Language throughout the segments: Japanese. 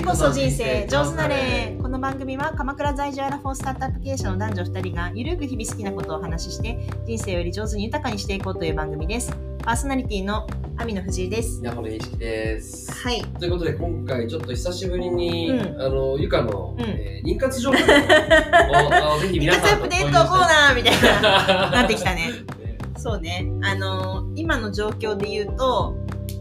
次こそ人生上手なれ。この番組は鎌倉在住アラフォースタートアップ経営者の男女2人がゆるく日々好きなことをお話しして人生をより上手に豊かにしていこうという番組です。パーソナリティの網野藤井です。 山本一樹です。 はい。 ということで今回ちょっと久しぶりに、ゆかの、妊活状況をぜひ皆さんと妊活アップデートコーナーみたいななってきたね。そうね。今の状況で言うと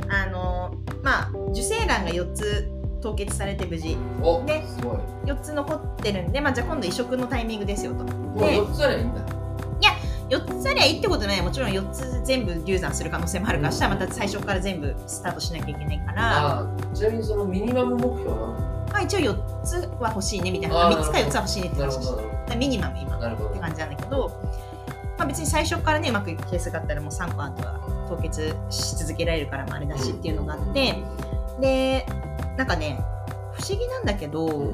受精卵が4つ凍結されて無事で、 すごい 4つ残ってるんで、じゃあ今度移植のタイミングですよと。 もう4つあればいいんだ。 いや、4つあればいいってことない。もちろん4つ全部流産する可能性もあるから、したらまた最初から全部スタートしなきゃいけないから。 ちなみにそのミニマム目標は一応4つは欲しいねみたいな。3つか4つは欲しいねって話をして、ミニマム今って感じなんだけど、別に最初からねうまくいくケースがあったらもう3個あとは凍結し続けられるからあれだしっていうのがあって、でなんかね不思議なんだけど、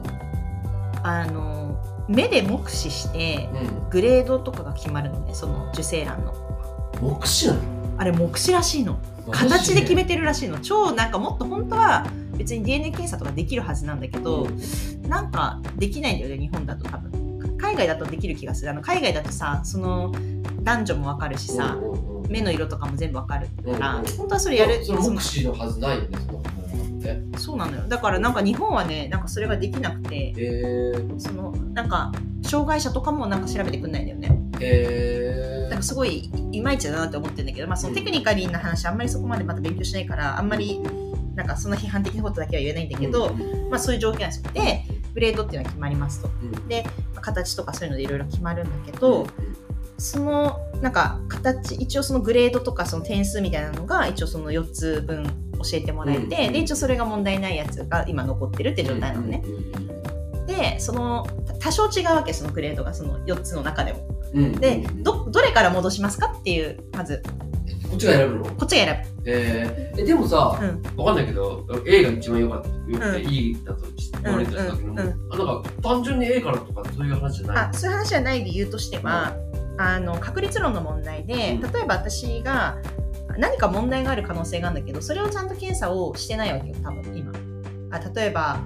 目で目視してグレードとかが決まるのね、その受精卵の。 目視なの？ あれ目視らしいの。形で決めてるらしいの。超なんかもっと本当は別に DNA 検査とかできるはずなんだけど、なんかできないんだよね日本だと。多分海外だとできる気がする。海外だとさ、その男女も分かるしさ、目の色とかも全部分かるから、本当はそれやる。 それ目視のはずないよね。 そうなのよ。だからなんか日本はねなんかそれができなくて、そのなんか障害者とかもなんか調べてくんないんだよね。なんかすごいいまいちだなって思ってるんだけど、そのテクニカリーな話あんまりそこまでまた勉強しないからあんまりなんかそんな批判的なことだけは言えないんだけど、そういう条件なんですよ。でグレードっていうのは決まりますと。で形とかそういうのでいろいろ決まるんだけど、そのなんか形一応そのグレードとかその点数みたいなのが一応その4つ分教えてもらえて、で一応それが問題ないやつが今残ってるって状態なのね。でその多少違うわけ、そのグレードがその4つの中でも。で どれから戻しますかっていう、まずこっちが選ぶの？ こっちが選ぶ。でもさ、わかんないけど A が一番良かった、E だと言われてたけども、なんか単純に A からとかそういう話じゃない？ そういう話じゃない理由としては、確率論の問題で、例えば私が何か問題がある可能性があるんだけど、それをちゃんと検査をしてないわけよ多分今。例えば、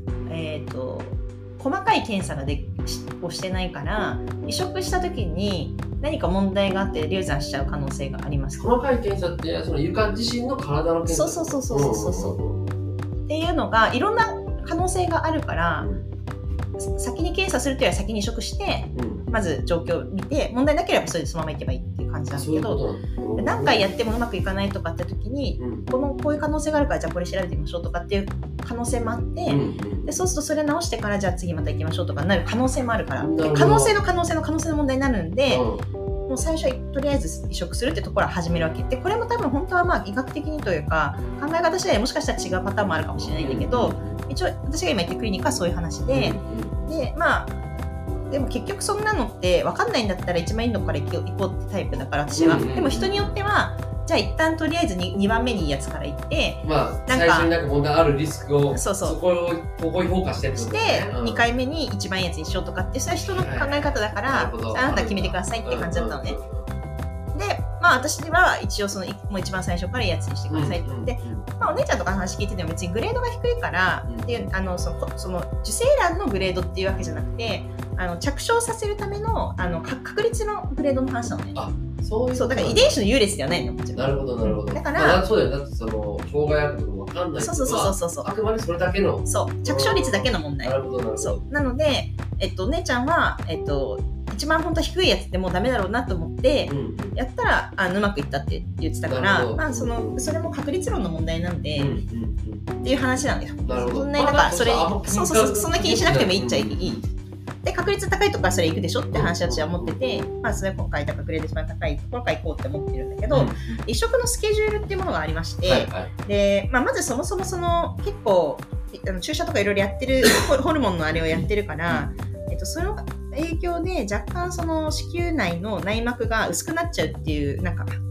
細かい検査をしてないから移植した時に何か問題があって流産しちゃう可能性があります。 細かい検査ってそのゆか自身の体の検査。 そうっていうのがいろんな可能性があるから、先に検査するというよりは先に移植して、まず状況を見て問題なければそれでそのままいけばいいっていう感じなんだけど、何回やってもうまくいかないとかって時に、こういう可能性があるからじゃあこれ調べてみましょうとかっていう可能性もあって、でそうするとそれ直してからじゃあ次また行きましょうとかなる可能性もあるから、で可能性の問題になるんで、もう最初はとりあえず移植するってところは始めるわけで、これも多分本当は医学的にというか考え方次第でもしかしたら違うパターンもあるかもしれないんだけど、一応私が今言ってるクリニックはそういう話で、でも結局そんなのって分かんないんだったら一番いいのから行こうってタイプだから私は。でも人によってはじゃあ一旦とりあえず 2番目にいいやつから行って、 最初になんか問題あるリスクをそこを評価してってことね。 2回目に一番いいやつにしようとかって、それは人の考え方だから、あなた決めてくださいって感じだったのね。で私は一応もう一番最初からいいやつにしてくださいって言って、お姉ちゃんとかの話聞いてても別にグレードが低いから、でその受精卵のグレードっていうわけじゃなくて、着床させるための確率のグレードの話なのね。そうだから遺伝子の優劣ではないの。 なるほど。 だからそうだよ。だってその障害あるとかも分かんないから。そう。あくまでそれだけの。 着床率だけの問題。 なるほど。 なのでお姉ちゃんは一番本当は低いやつってもうダメだろうなと思ってやったらうまくいったって言ってたから、それも確率論の問題なんでっていう話なんですよ。そんなにだからそんな気にしなくてもいいっちゃいい。で確率高いところはそれ行くでしょって話は私は思ってて、それ今回だからグレード一番高いところから行こうって思ってるんだけど、移植のスケジュールっていうものがありまして、でまずそもそも結構注射とかいろいろやってるホルモンのあれをやってるから、その影響で若干その子宮内の内膜が薄くなっちゃうっていうなんかあ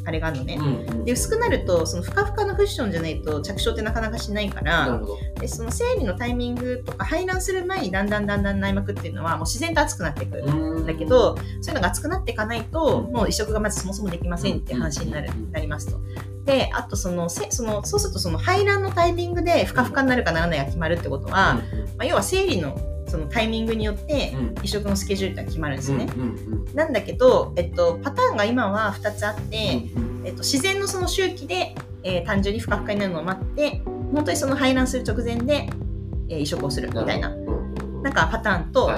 あれがあるのね、で薄くなるとそのふかふかのクッションじゃないと着床ってなかなかしないから、でその生理のタイミングとか排卵する前にだんだん内膜っていうのはもう自然と熱くなっていくんだけど、そういうのが熱くなっていかないともう移植がまずそもそもできませんっていう話になりますと。であとそうするとその排卵のタイミングでふかふかになるかならないが決まるってことは、要は生理のそのタイミングによって移植のスケジュールが決まるんですね。なんだけど、パターンが今は2つあって、自然のその周期で、単純にふかふかになるのを待って本当にその排卵する直前で、移植をするみたいな、なんかパターンと、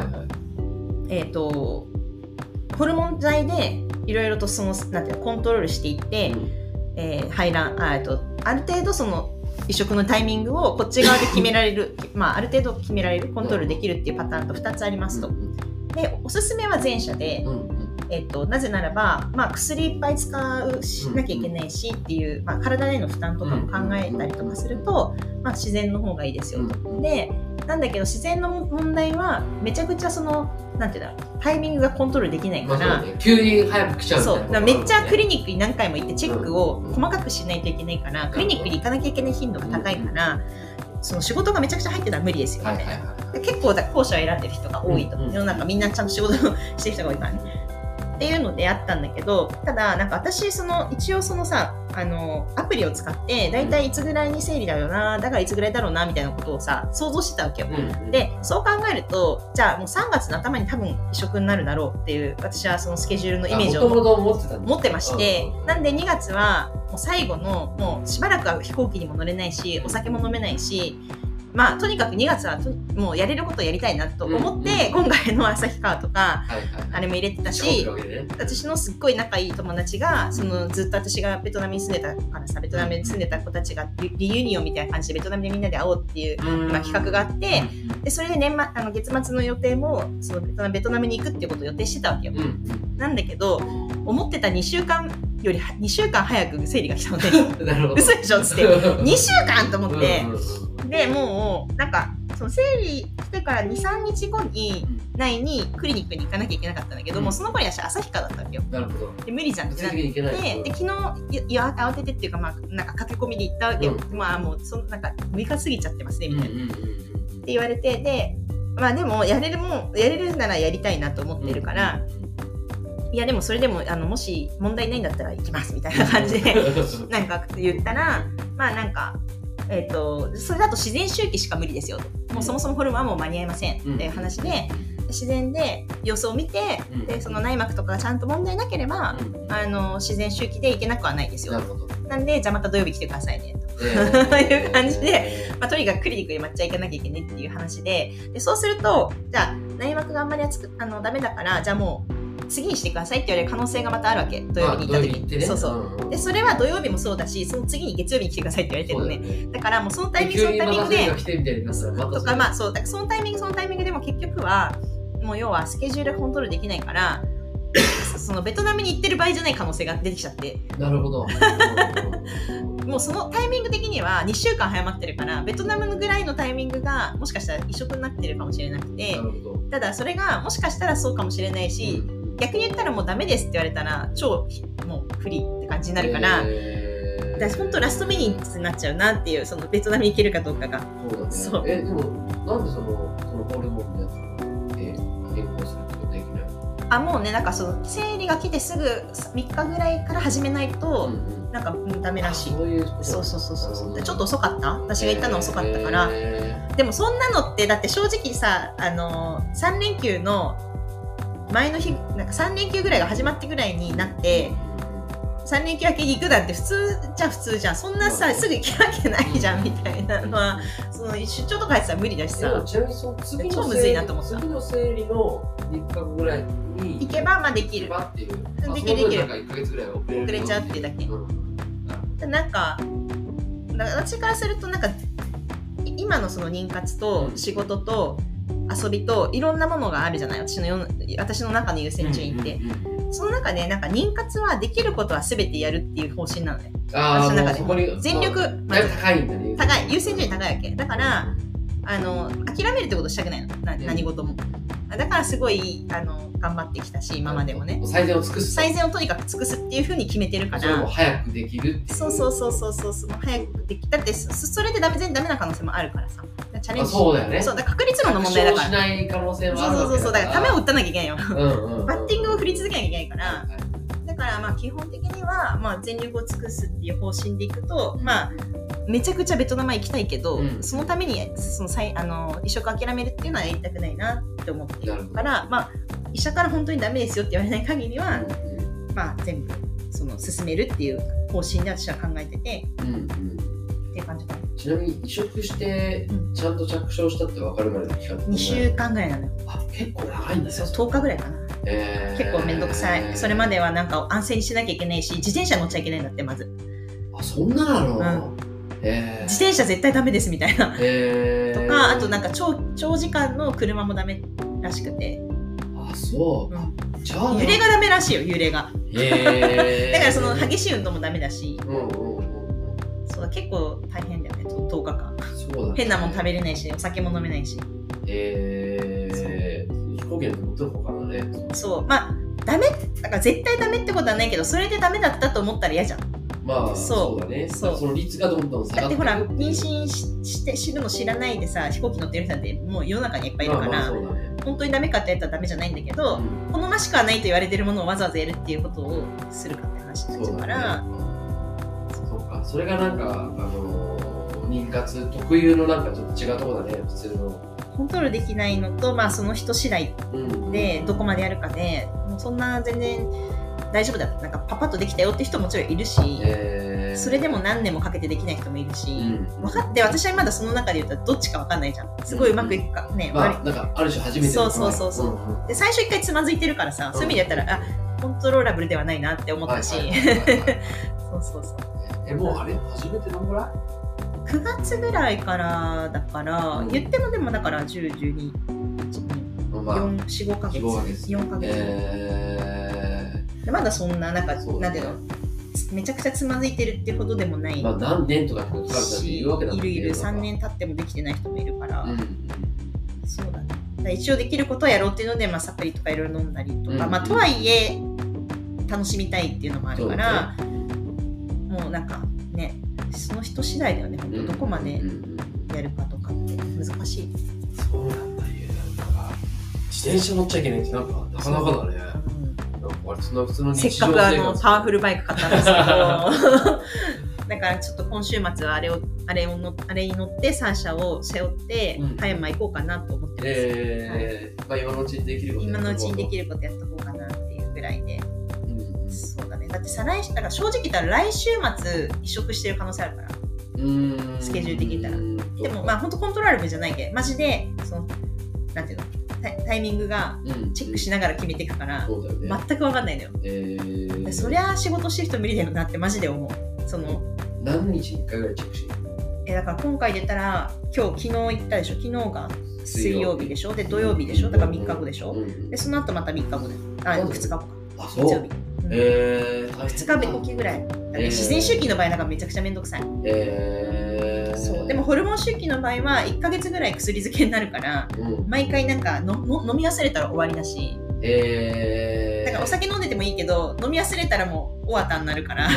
ホルモン剤でいろいろとそのなんていうのコントロールしていって、排卵ある程度その移植のタイミングをこっち側で決められるある程度決められるコントロールできるっていうパターンと2つありますと。でおすすめは前者で、なぜならば、薬いっぱい使うしなきゃいけないしっていう、体への負担とかも考えたりとかすると、自然の方がいいですよと。でなんだけど自然の問題はめちゃくちゃそのなんていうんだろうタイミングがコントロールできないから、 急に早く来ちゃうみたいな。 そうめっちゃクリニックに何回も行ってチェックを細かくしないといけないから、クリニックに行かなきゃいけない頻度が高いから、その仕事がめちゃくちゃ入ってたら無理ですよみたいな。結構後者を選んでる人が多いと、世の中みんなちゃんと仕事してる人が多いからねっていうのであったんだけど、ただなんか私一応そのさアプリを使ってだいたいいつぐらいに生理だよな、だからいつぐらいだろうなみたいなことをさ想像してたわけよ、でそう考えるとじゃあもう3月の頭に多分移植になるだろうっていう私はそのスケジュールのイメージを持ってまして、なんで2月はもう最後のもうしばらくは飛行機にも乗れないしお酒も飲めないし、とにかく2月はもうやれることをやりたいなと思って、今回の旭川とか、あれも入れてたし、私のすっごい仲いい友達がずっと私がベトナムに住んでたからさ、ベトナムに住んでた子たちがリユニオンみたいな感じでベトナムでみんなで会おうっていう今企画があって、でそれで月末の予定もそのベトナムに行くっていうことを予定してたわけよ、なんだけど思ってた2週間より2週間早く生理が来たので嘘でしょっつって2週間と思って、でもうなんかその生理来てから 2,3 日後に内にクリニックに行かなきゃいけなかったんだけど、もうその頃に私旭川だったわけよ。で無理じゃんってなって、で昨日慌ててっていうかなんか駆け込みで行ったわけよ、もうなんか6日過ぎちゃってますねみたいな、って言われて、ででもやれるならやりたいなと思ってるから、いやでもそれでももし問題ないんだったら行きますみたいな感じでなんか言ったらなんかそれだと自然周期しか無理ですよと、もうそもそもホルモンはもう間に合いませんっていう話で、自然で様子を見て、でその内膜とかがちゃんと問題なければ、自然周期でいけなくはないですよ。なんでじゃあまた土曜日来てくださいねという感じで、とにかくクリニックに抹茶行かなきゃいけないっていう話で、そうするとじゃあ内膜があんまりダメだからじゃあもう次にしてくださいって言われる可能性がまたあるわけ、土曜日に行った時に、そうでそれは土曜日もそうだし、その次に月曜日に来てくださいって言われてるのね。だからもうそのタイミングでとかそうだからそのタイミングでも結局はもう要はスケジュールコントロールできないからそのベトナムに行ってる場合じゃない可能性が出てきちゃって、 なるほどもうそのタイミング的には2週間早まってるから、ベトナムぐらいのタイミングがもしかしたら移植になってるかもしれなくて、ただそれがもしかしたらそうかもしれないし、逆に言ったらもうダメですって言われたら超もうフリーって感じになるから、本当ラストミニッツになっちゃうなっていう、そのベトナムに行けるかどうかが。 そうだね。でもなんでそのホルモンのやつを変更するってことできない？ もうね、なんかその生理が来てすぐ3日ぐらいから始めないと、なんかダメらしい。そうちょっと遅かった？私が行ったの遅かったから。でもそんなのってだって正直さ、3連休の前の日なんか3連休ぐらいが始まってぐらいになって3連休明けに行くなんて普通じゃん。そんなさすぐ行けるわけないじゃんみたいなのは、その出張とかやってたら無理だしさ。 ちなみにその次超むずいなと思った。 次の生理の3日ぐらいに行けばできる。できる。 1ヶ月ぐらい遅れちゃうっていうだけ。なんか私からするとなんか今のその妊活と仕事と遊びといろんなものがあるじゃない、私の中の優先順位って、その中でなんか妊活はできることは全てやるっていう方針なのね。私の中で全力、 高いんだね。 優先順位高いわけだから、諦めるってことしたくないの、何事も。 だからすごい頑張ってきたし、今までもね、 最善を尽くす、 最善をとにかく尽くすっていう風に決めてるから、 それも早くできるっていう。 そう早くできたって、それで全然ダメな可能性もあるからさ、チャレンジ。 そうだよね。 そうだから確率論の問題だから。 しない可能性もあるわけだから。 そうだから球を打たなきゃいけないよ。 バッティングを振り続けなきゃいけないから。だからまあ基本的にはまあ全力を尽くすっていう方針でいくと、まあめちゃくちゃベトナムは行きたいけど、そのために移植諦めるっていうのはやりたくないなって思っているから、まあ医者から本当にダメですよって言われない限りは、まあ全部進めるっていう方針で私は考えてて、っていう感じかな。 ちなみに移植してちゃんと着床したって分かるまでの期間って 2週間ぐらいなのよ。 結構長いんだよ。 そう、10日ぐらいかな。結構めんどくさい。それまではなんか安静にしなきゃいけないし、自転車乗っちゃいけないんだって、まず。 そんなの？ 自転車絶対ダメですみたいな。とか、あとなんか長時間の車もダメらしくて。 そう。じゃあ揺れがダメらしいよ、揺れが。だから激しい運動もダメだし。そう、結構大変だよね、10日間。そうだね。変なもん食べれないし、お酒も飲めないし。 飛行機なんて持ってる方からね。 そう、まあダメだから絶対ダメってことはないけど、それでダメだったと思ったら嫌じゃん。 まあそうだね。その率がどんどん下がってくる。 だってほら、妊娠して死ぬの知らないでさ、飛行機乗ってる人なんてもう世の中にいっぱいいるから、本当にダメかって言ったらダメじゃないんだけど、好ましくはないと言われてるものをわざわざやるっていうことをするかって話になっちゃうから。 そうか、それがなんか妊活特有のなんかちょっと違うところだね、普通の。 コントロールできないのと、まあその人次第でどこまでやるかで、もうそんな全然大丈夫だった、なんかパパッとできたよって人ももちろんいるし、それでも何年もかけてできない人もいるし、分かって、私はまだその中で言ったらどっちか分かんないじゃん。すごいうまくいくかね、 なんかある種初めてそうで、最初一回つまずいてるからさ、そういう意味でやったらコントローラブルではないなって思ったし、 もうあれ初めてどのぐらい ？9月ぐらいからだから、言ってもでもだから10、12、4、5ヶ月、4ヶ月。まだそんな、なんていうの、めちゃくちゃつまずいてるってほどでもない。 まあ何年とかってかかる人いるわけだもんね。 いる、3年経ってもできてない人もいるから、そうだね。だから一応できることをやろうっていうので、まあサプリとかいろいろ飲んだりとか、まあとはいえ、楽しみたいっていうのもあるから、もうなんかね、その人次第だよね、本当どこまでやるかとかって難しい。 そうなんだよ。自転車乗っちゃいけないってなかなかだね。普通のせっかくパワフルバイク買ったんですけどだからちょっと今週末はあれに乗って3社を背負って葉山行こうかなと思ってます。 今のうちにできることやっとこうかなっていうぐらいで、そうだね。だってだから正直言ったら来週末移植してる可能性あるから、スケジュール的に言ったら。でもまあ本当コントローラブルじゃないけど、マジでなんていうの、タイミングがチェックしながら決めていくから、全く分かんないのよ。そりゃ仕事してる人無理だよなってマジで思う。 何日に1回ぐらいチェックしてる？ だから今回で言ったら昨日行ったでしょ。昨日が水曜日でしょ。で土曜日でしょ。だから3日後でしょ。でその後また3日後で2日後か。月曜日。2日後期ぐらい。自然周期の場合なんかめちゃくちゃめんどくさい。そうでもホルモン周期の場合は1ヶ月ぐらい薬漬けになるから、毎回なんか飲み忘れたら終わりだし、だからお酒飲んでてもいいけど飲み忘れたらもう終わったになるから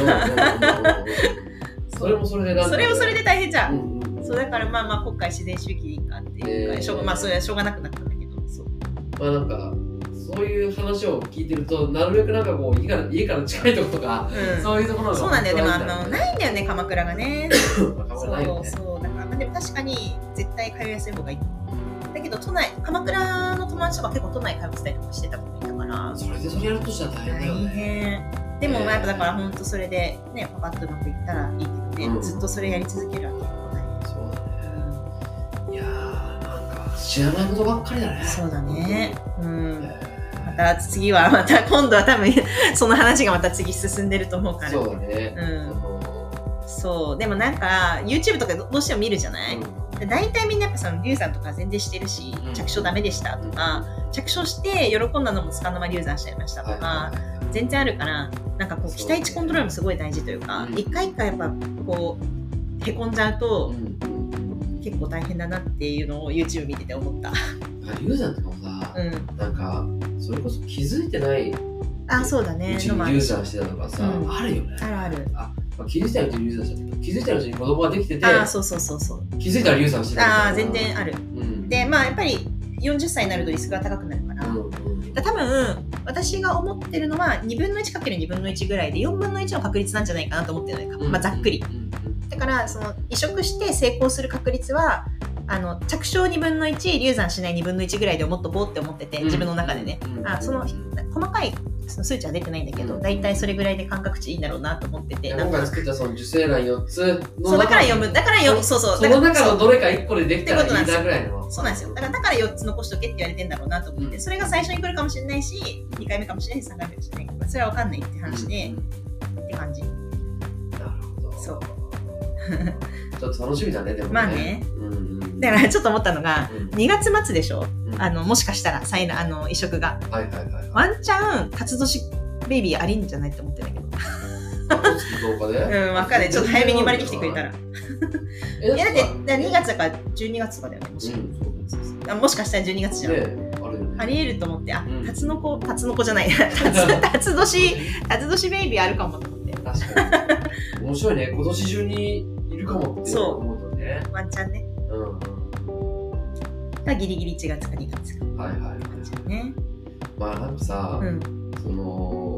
それもそれで大変じゃん。そうだからまあ今回自然周期でいいかっていうか、まあそれはしょうがなくなったんだけど、 まあなんかそういう話を聞いてると、なるべくなんかこう家から近いところとか、そういうところがそうなんだよ。でもないんだよね、鎌倉がね。そうだからでも確かに絶対通いやすい方がいい。だけど鎌倉の友達とか結構都内通ってたりとかしてた子もいたから、 それやるとしたら大変だよね。 でもやっぱだから本当それでね、パパッとうまくいったらいいけどね、ずっとそれやり続けるわけ結構そうだね。いやー、なんか知らないことばっかりだね。 そうだね。また次は今度は多分その話がまた次進んでると思うから。 そうだね。 そうでもなんか YouTube とかどうしても見るじゃない。大体みんなやっぱ流産とか全然してるし、着床ダメでしたとか、着床して喜んだのもつかの間流産しちゃいましたとか、全然あるから、なんかこう期待値コントロールもすごい大事というか、一回一回やっぱこうへこんじゃうと、結構大変だなっていうのを YouTube 見てて思った。 流産とかもさ、 なんかそれこそ気づいてない、 そうだね、 うちに流産してたとかさ、あるよね。 ある。 気づいたらうちに流産してたけど、気づいたらうちに子供ができてて、 そう気づいたら流産してた。 全然ある。で、やっぱり40歳になるとリスクが高くなるから、多分私が思ってるのは2分の 1×2 分の1ぐらいで4分の1の確率なんじゃないかなと思ってるのよ、ざっくり。だからその移植して成功する確率は着床2分の1、流産しない2分の1ぐらいでもっとボーって思ってて、自分の中でね、その細かい数値は出てないんだけど、だいたいそれぐらいで感覚値いいんだろうなと思ってて、 今回作ったその受精卵4つのそうだから読む、その中のどれか1個でできたらいいなぐらいの。 そうなんですよ。だから4つ残しとけって言われてんだろうなと思って、それが最初に来るかもしれないし、2回目かもしれないし、3回目かもしれない。それは分かんないって話で、って感じ。 なるほど。そう。ちょっと楽しみだね、でもね。 まあね。だからちょっと思ったのが、2月末でしょ、もしかしたら移植が。ワンチャン辰年ベイビーありんじゃないって思ってんだけど。わかんない。ちょっと早めに生まれてきてくれたら。いやだって2月だから12月とかだよね。もしかしたら12月じゃん。ありえると思って、タツノコじゃない。タツ年ベイビーあるかもと思って。 確かに。面白いね。今年中にいるかもって思うとね。 ワンチャンね。がギリギリ1月か2月か。 まあなんかさ、その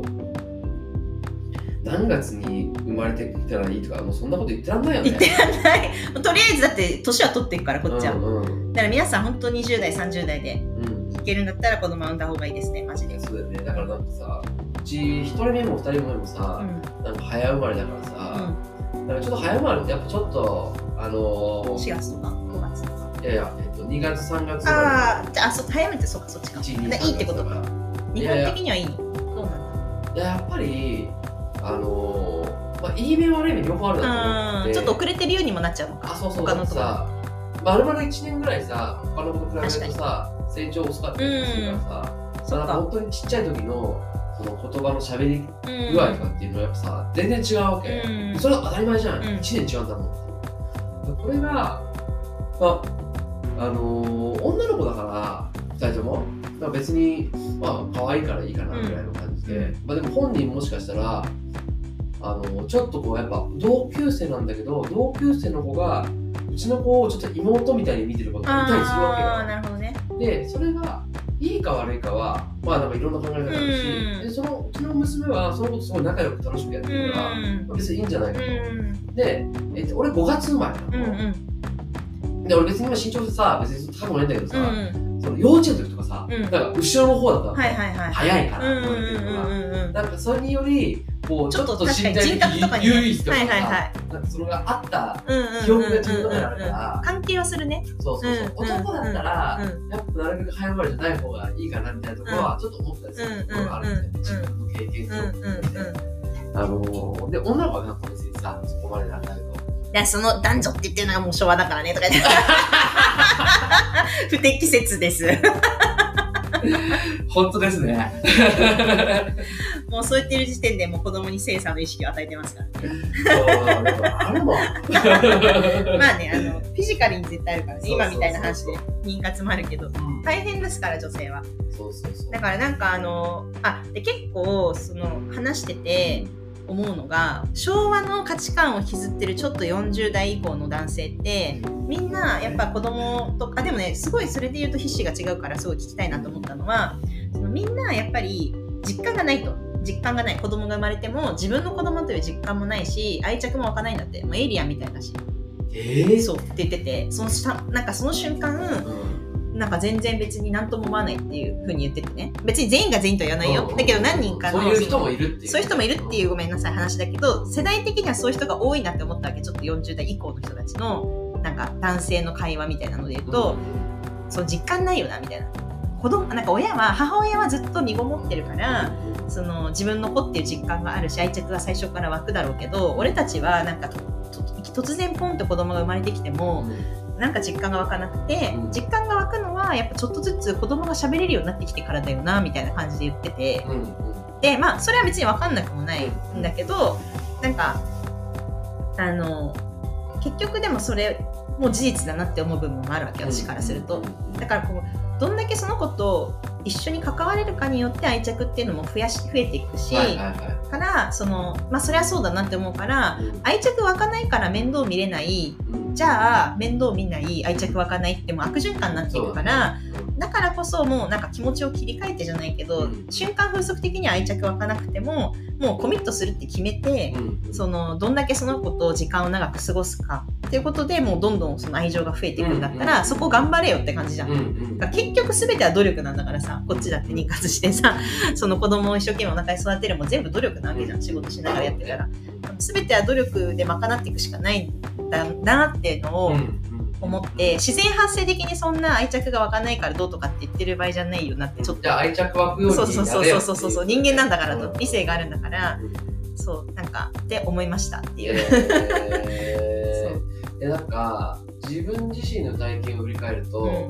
何月に生まれてきたらいいとか、もうそんなこと言ってらんないよね。 言ってらんない。とりあえずだって年は取っていくからこっちは。だから皆さん本当20代30代でいけるんだったら子供産んだ方がいいですね、マジで。 そうだよね。だからなんかさ、うち1人目も2人目もさ、なんか早生まれだからさ、なんかちょっと早生まれってやっぱちょっと 4月とか5月とか。 いや2月3月じゃあ早めてそっちか。いいってことか。日本的にはいいの？どうなんだ？ やっぱりいい面悪い面両方あるなと思って、 ちょっと遅れてるようにもなっちゃうのか。 他のとか丸々1年ぐらいさ、他のこと比べるとさ、成長遅かったりするからさ、本当にちっちゃい時のその言葉の喋り具合とかっていうのはやっぱさ、全然違うわけ。それは当たり前じゃん。1年違うんだもんっていう。これが女の子だから2人とも別に可愛いからいいかなぐらいの感じで、でも本人もしかしたらちょっとこうやっぱ同級生なんだけど、同級生の子がうちの子をちょっと妹みたいに見てることがいたりするわけよ。 なるほどね。 でそれがいいか悪いかはなんかいろんな考え方あるし、でうちの娘はそのことすごい仲良く楽しくやってるから、別にいいんじゃないかと。で、俺5月生まれなの。で俺別に今身長でさ、別に高くないんだけどさ、その幼稚園の時とかさ、なんか後ろの方だったら早いからなんかそれによりこうちょっと身体的優位とかさ、なんかそれがあった記憶が自分の中にあるから関係はするね。 そう男だったらやっぱなるべく早生まれじゃない方がいいかなみたいなところはちょっと思ったりするところがあるんで、自分の経験上で女の子はなんか別にさ、そこまでなんだけど、 いや、その男女って言ってるのがもう昭和だからねとか言って不適切です。 本当ですね。 もうそう言ってる時点でもう子供に性差の意識を与えてますからね。 あるもん。 まあね、フィジカルに絶対あるからね。今みたいな話で妊活もあるけど、大変ですから女性は。だからなんかで結構その話してて思うのが、昭和の価値観を引きずってるちょっと40代以降の男性ってみんなやっぱ子供とかでもね、すごいそれで言うと皮脂が違うからすごい聞きたいなと思ったのは、みんなやっぱり実感がない。子供が生まれても自分の子供という実感もないし、愛着も湧かないんだって。もうエイリアンみたいだし、そうって言ってて、なんかその瞬間、なんか全然別に何とも思わないっていう風に言っててね。別に全員が全員とは言わないよ。だけど何人かのそういう人もいるっていう。 そういう人もいるっていうごめんなさい話だけど、世代的にはそういう人が多いなって思ったわけ。ちょっと40代以降の人たちのなんか男性の会話みたいなので言うと、そう実感ないよなみたいな。なんか母親はずっと身ごもってるから、その自分の子っていう実感があるし愛着が最初から湧くだろうけど、俺たちはなんか突然ポンって子供が生まれてきても、なんか実感が湧かなくて、実感が湧くのはやっぱちょっとずつ子供が喋れるようになってきてからだよなみたいな感じで言ってて、でそれは別に分かんなくもないんだけど、なんか結局でもそれも事実だなって思う部分もあるわけ、私からすると。だからどんだけその子と一緒に関われるかによって愛着っていうのも増えていくし、からそれはそうだなって思うから、愛着湧かないから面倒見れない、じゃあ面倒見ない愛着湧かないってもう悪循環になっていくから、だからこそもうなんか気持ちを切り替えてじゃないけど、瞬間風速的に愛着湧かなくてももうコミットするって決めて、どんだけその子と時間を長く過ごすかっていうことでもうどんどんその愛情が増えていくんだったら、そこ頑張れよって感じじゃん。結局全ては努力なんだからさ、こっちだって妊活してさ、その子供を一生懸命お腹に育てるも全部努力なわけじゃん、仕事しながらやってたら。全ては努力で賄っていくしかないんだなっていうのを思って、自然発生的にそんな愛着が湧かないからどうとかって言ってる場合じゃないよなって、ちょっと。 じゃあ愛着湧くようにやれよ。 そう人間なんだからと、理性があるんだから、そうなんかって思いましたっていう。 でなんか自分自身の体験を振り返ると、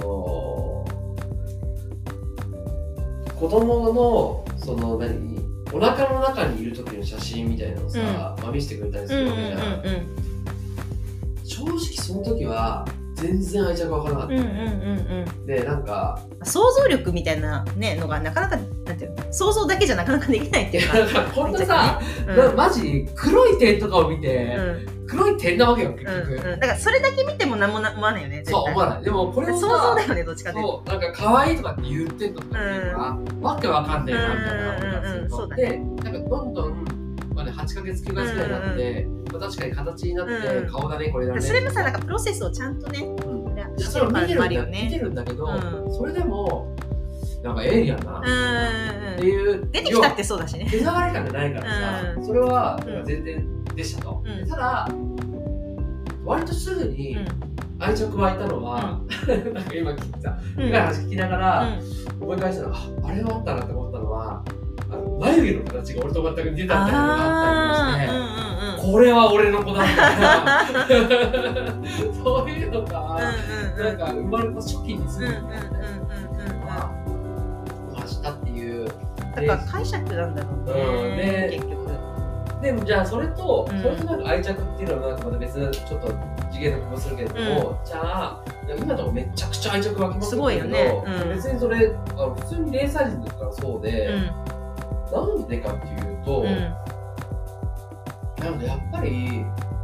子供のお腹の中にいる時の写真みたいなのをさ、見せてくれたりするわけじゃん。正直その時は全然愛着湧かなかった。でなんか想像力みたいなねのがなかなかなんていうの、想像だけじゃなかなかできないっていうか。 こんなさ、マジ黒い点とかを見て、黒い点なわけよ結局。 だからそれだけ見ても何も思わないよね。 そう思わない。でもこれを想像だよね、どっちかっていうと。 なんか可愛いとかって言ってんのとかっていうのはわけわかんないなみたいな思ったんですよ。でなんかどんどん8ヶ月9ヶ月ぐらいになって、確かに形になって顔だねこれだね。 それもさなんかプロセスをちゃんとね、 それを見てるんだけど、それでもなんかエイリアンなっていう出てきたってそうだしね。 手触り感がないからさ、それは全然でしたと。ただ割とすぐに愛着湧いたのは、なんか今聞いた話聞きながら思い返したら、あれはあったなって思ったのは、眉毛の形が俺と全く似てたみたいなのがあったりして、これは俺の子だみたいなそういうのがなんか生まれた初期にするみたいなのがしたっていう。 だから解釈なんだろうね、結局。 でもじゃあそれとなんか愛着っていうのはなんかまた別のちょっと次元の気もするけれども、じゃあ今とかめちゃくちゃ愛着湧きますけど、別にそれ普通に0歳児の時からそうで、なんでかっていうと、なんかやっぱり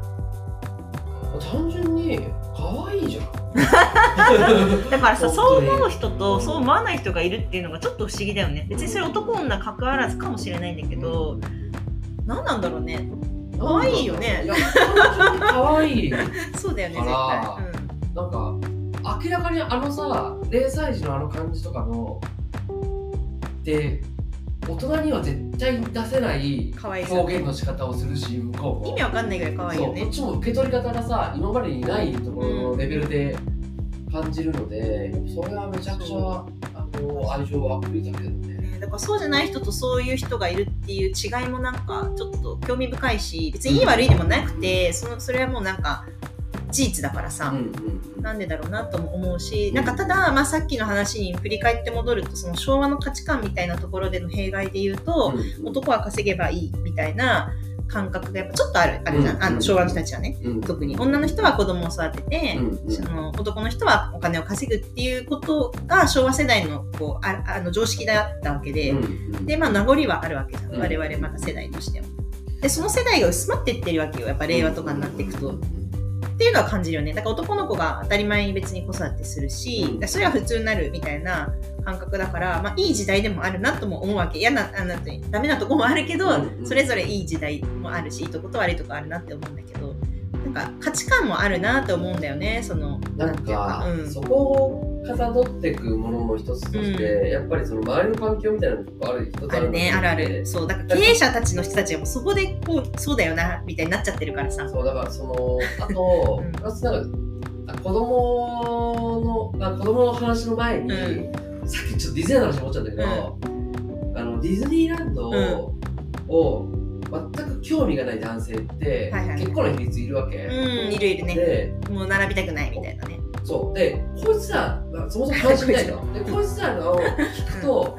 単純に可愛いじゃん。 だからさ、そう思う人とそう思わない人がいるっていうのがちょっと不思議だよね。別にそれ男女関わらずかもしれないんだけど、何なんだろうね。可愛いよね。 いや可愛い。 そうだよね、絶対。 なんか明らかにさ0歳児の感じとかので大人には絶対出せない表現の仕方をするし、向こうも意味わかんないぐらい可愛いよね。 こっちも受け取り方がさ今までにないところのレベルで感じるので、それはめちゃくちゃ愛情はあふれたけどね。 だからそうじゃない人とそういう人がいるっていう違いもなんかちょっと興味深いし、別にいい悪いでもなくて、それはもうなんか事実だからさ、なんでだろうなとも思うし、なんかただ、さっきの話に振り返って戻ると、その昭和の価値観みたいなところでの弊害で言うと、男は稼げばいいみたいな感覚がやっぱちょっとあるじゃん、昭和の人たちはね、特に女の人は子供を育てて、男の人はお金を稼ぐっていうことが昭和世代の常識だったわけで、で名残はあるわけじゃん、我々まだ世代としても。でその世代が薄まっていってるわけよ、やっぱ令和とかになっていくと。っていうのは感じるよね。だから男の子が当たり前に別に子育てするし、それは普通になるみたいな感覚だから、いい時代でもあるなとも思うわけ。ダメなとこもあるけど、それぞれいい時代もあるし、いいとこと悪いとこあるなって思うんだけど、なんか価値観もあるなって思うんだよね。 なんか、そこをかたどっていくものの一つとして、やっぱりその周りの環境みたいなのがあるね。ある。そうだから経営者たちの人たちがもうそこでそうだよなみたいになっちゃってるからさ。 そうだからあとプラスなんか子供の話の前に、さっきちょっとディズニーの話思っちゃったけど、ディズニーランドを全く興味がない男性って結構な比率いるわけ。 いるね。でもう並びたくないみたいなね。 そうでこいつらそもそも関心ないのでこいつらの聞くと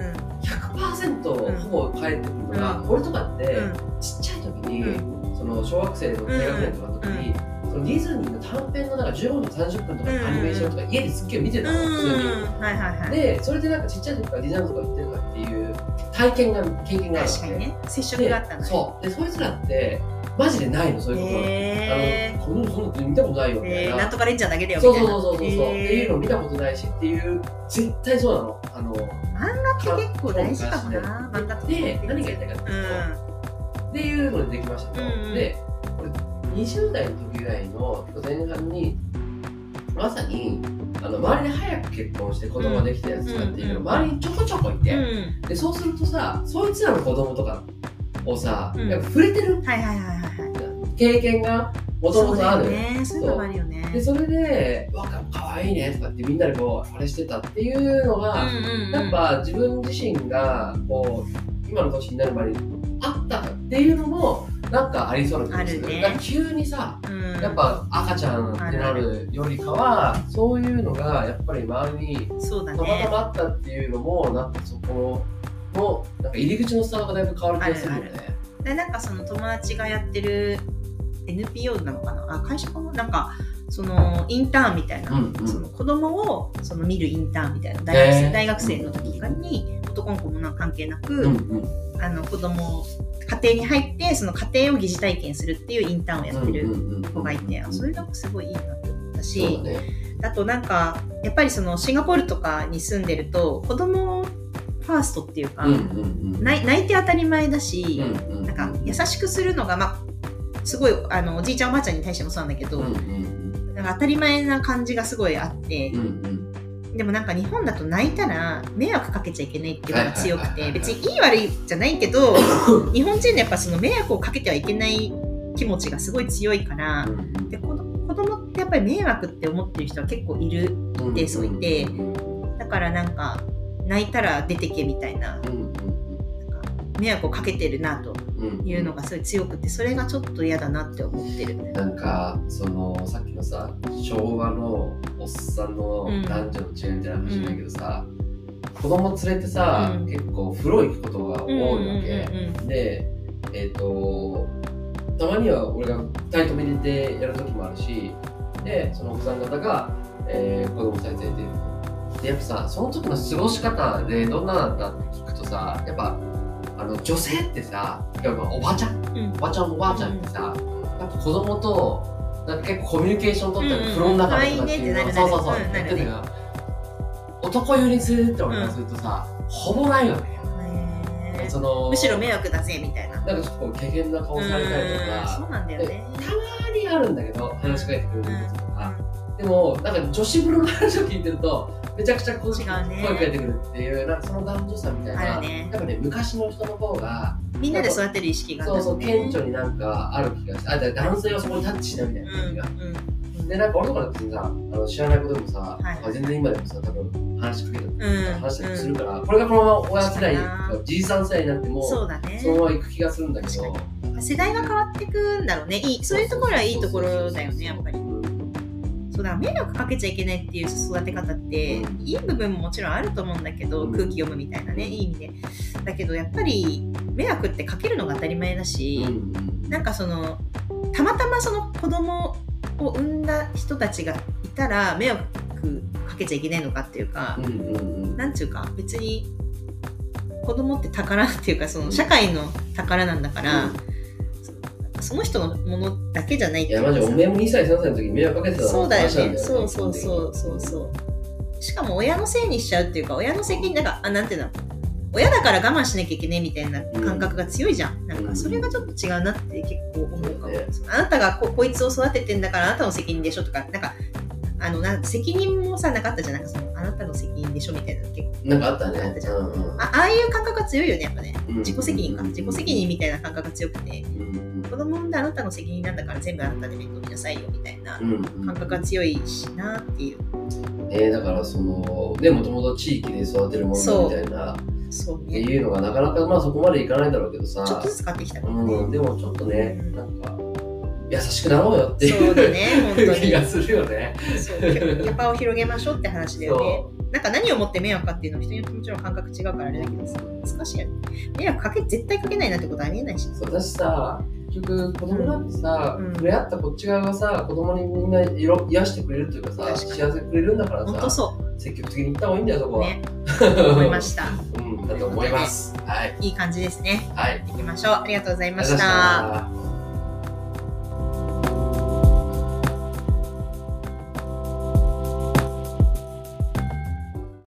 100% ほぼ返ってくるのが、俺とかってちっちゃい時にその小学生の低学年とかの時にそのディズニーの短編のなんか15分とか30分とかのアニメーションとか家ですっげえ見てたの、普通に。 はいはいはい。 で、それでなんかちっちゃい時からディズニーとか行ってるかっていう経験があるわけ。 確かにね、接触があったの。 そう。で、そいつらってマジでないの、そういうこと。このそんな見たことないよみたいな。 なんとかレンジャーだけだよみたいな。 そう。っていうの見たことないしっていう、絶対そうなの。 漫画って結構大事かもな。漫画って。 で、何が言いたいかっていうと、っていうのでできましたと。で、これ20代の時ぐらいの前半に、まさに周りで早く結婚して子供ができたやつとかっていうのが周りにちょこちょこいて、でそうするとさ、そいつらの子供とかをさ、やっぱ触れてる経験がもともとある。 そういうのもあるよね。 でそれでかわいいねとかってみんなでこうあれしてたっていうのが、やっぱ自分自身がこう今の年になる前にあったっていうのもなんかありそうな気がする。だから急にさ、やっぱ赤ちゃんってなるよりかはそういうのがやっぱり周りにたまたまあったっていうのもなんかそこのなんか入り口のスタートがだいぶ変わる気がするよね。 でなんかその友達がやってる NPO なのかな、会社かな、なんかそのインターンみたいな、その子供をその見るインターンみたいな、大学生の時に男の子も関係なく、子供家庭に入ってその家庭を疑似体験するっていうインターンをやってる子がいて、それがすごいいいなと思ったし、あとなんかやっぱりそのシンガポールとかに住んでると子供ファーストっていうか、泣いて当たり前だし、なんか優しくするのがすごいおじいちゃんおばあちゃんに対してもそうなんだけど、なんか当たり前な感じがすごいあって、でもなんか日本だと泣いたら迷惑かけちゃいけないっていうのが強くて、別にいい悪いじゃないけど日本人のやっぱその迷惑をかけてはいけない気持ちがすごい強いから、で子供ってやっぱり迷惑って思ってる人は結構いるってそういて、だからなんか泣いたら出てけみたいな、迷惑をかけてるなというのがすごい強くて、それがちょっと嫌だなって思ってる。 なんかそのさっきのさ、昭和のおっさんの男女の違いみたいな話だけどさ、子供連れてさ、結構風呂行くことが多いわけで、たまには俺が2人とも入れてやる時もあるし、でその奥さん方が、子供さんに連れている。でやっぱさ、その時の過ごし方でどんなだったって聞くとさ、やっぱ女性ってさ、おばちゃん、おばあちゃんってさ、やっぱ子供となんか結構コミュニケーション取ったり、風呂の中でとかっていうのそうやってるけど、男湯に連れてって俺からするとさ、ほぼないわけよ。 むしろ迷惑だぜみたいな。 なんかちょっとこう怪げな顔されたりとか、 そうなんだよね。 たまにあるんだけど、話しかけてくれることとか。でもなんか女子風呂の話を聞いてるとめちゃくちゃ声かけてくるっていう、なんかその男女差みたいな、やっぱね昔の人の方がみんなで育てる意識がある、 そう顕著になんかある気がして、男性はそこにタッチしないみたいな感じが、でなんか俺とかだってさ、知らないことでもさ、全然今でもさ、多分話しかけたり話したりするから、これがこのまま親世代じいさん世代になってもそのまま行く気がするんだけど、 世代が変わっていくんだろうね。そういうところはいいところだよね、やっぱり。そうだ、迷惑かけちゃいけないっていう育て方っていい部分ももちろんあると思うんだけど、空気読むみたいなね、いい意味で。だけどやっぱり迷惑ってかけるのが当たり前だし、なんかそのたまたまその子供を産んだ人たちがいたら迷惑かけちゃいけないのかっていうか、なんていうか、別に子供って宝っていうか、その社会の宝なんだから、その人のものだけじゃないっていうか。 いやマジおめえも2歳3歳の時に迷惑かけてたの。 そうだよね。そうしかも親のせいにしちゃうっていうか、親の責任、なんかなんていうの、親だから我慢しなきゃいけないみたいな感覚が強いじゃん。なんかそれがちょっと違うなって結構思うかも。あなたがこいつを育ててんだからあなたの責任でしょとか、なんか責任もさなかったじゃん。なんかそのあなたの責任でしょみたいなの結構なんかあったね。 ああいう感覚が強いよね、やっぱね。自己責任みたいな感覚が強くて、子供産んであなたの責任なんだから全部あなたで面倒見なさいよみたいな感覚が強いしなっていう。 だからそのね、もともと地域で育てるものみたいなっていうのがなかなかそこまでいかないだろうけどさ、 ちょっとずつ変わってきたからね。 でもちょっとね、なんか優しくなろうよってそうだね、本当に気がするよね。 そう、キャパを広げましょうって話だよね。なんか何をもって迷惑かっていうのは人によってもちろん感覚違うからあれだけどさ、難しいよね。迷惑絶対かけないなってことはありえないし。 そう、私さ、 局子供なんてさ、触れ合ったこっち側がさ、子供にみんな癒してくれるというかさ、幸せくれるんだからさ、積極的に行った方がいいんだよ、そこは。 思いました。 だと思います。はい。 いい感じですね。 はい。 行きましょう。ありがとうございました。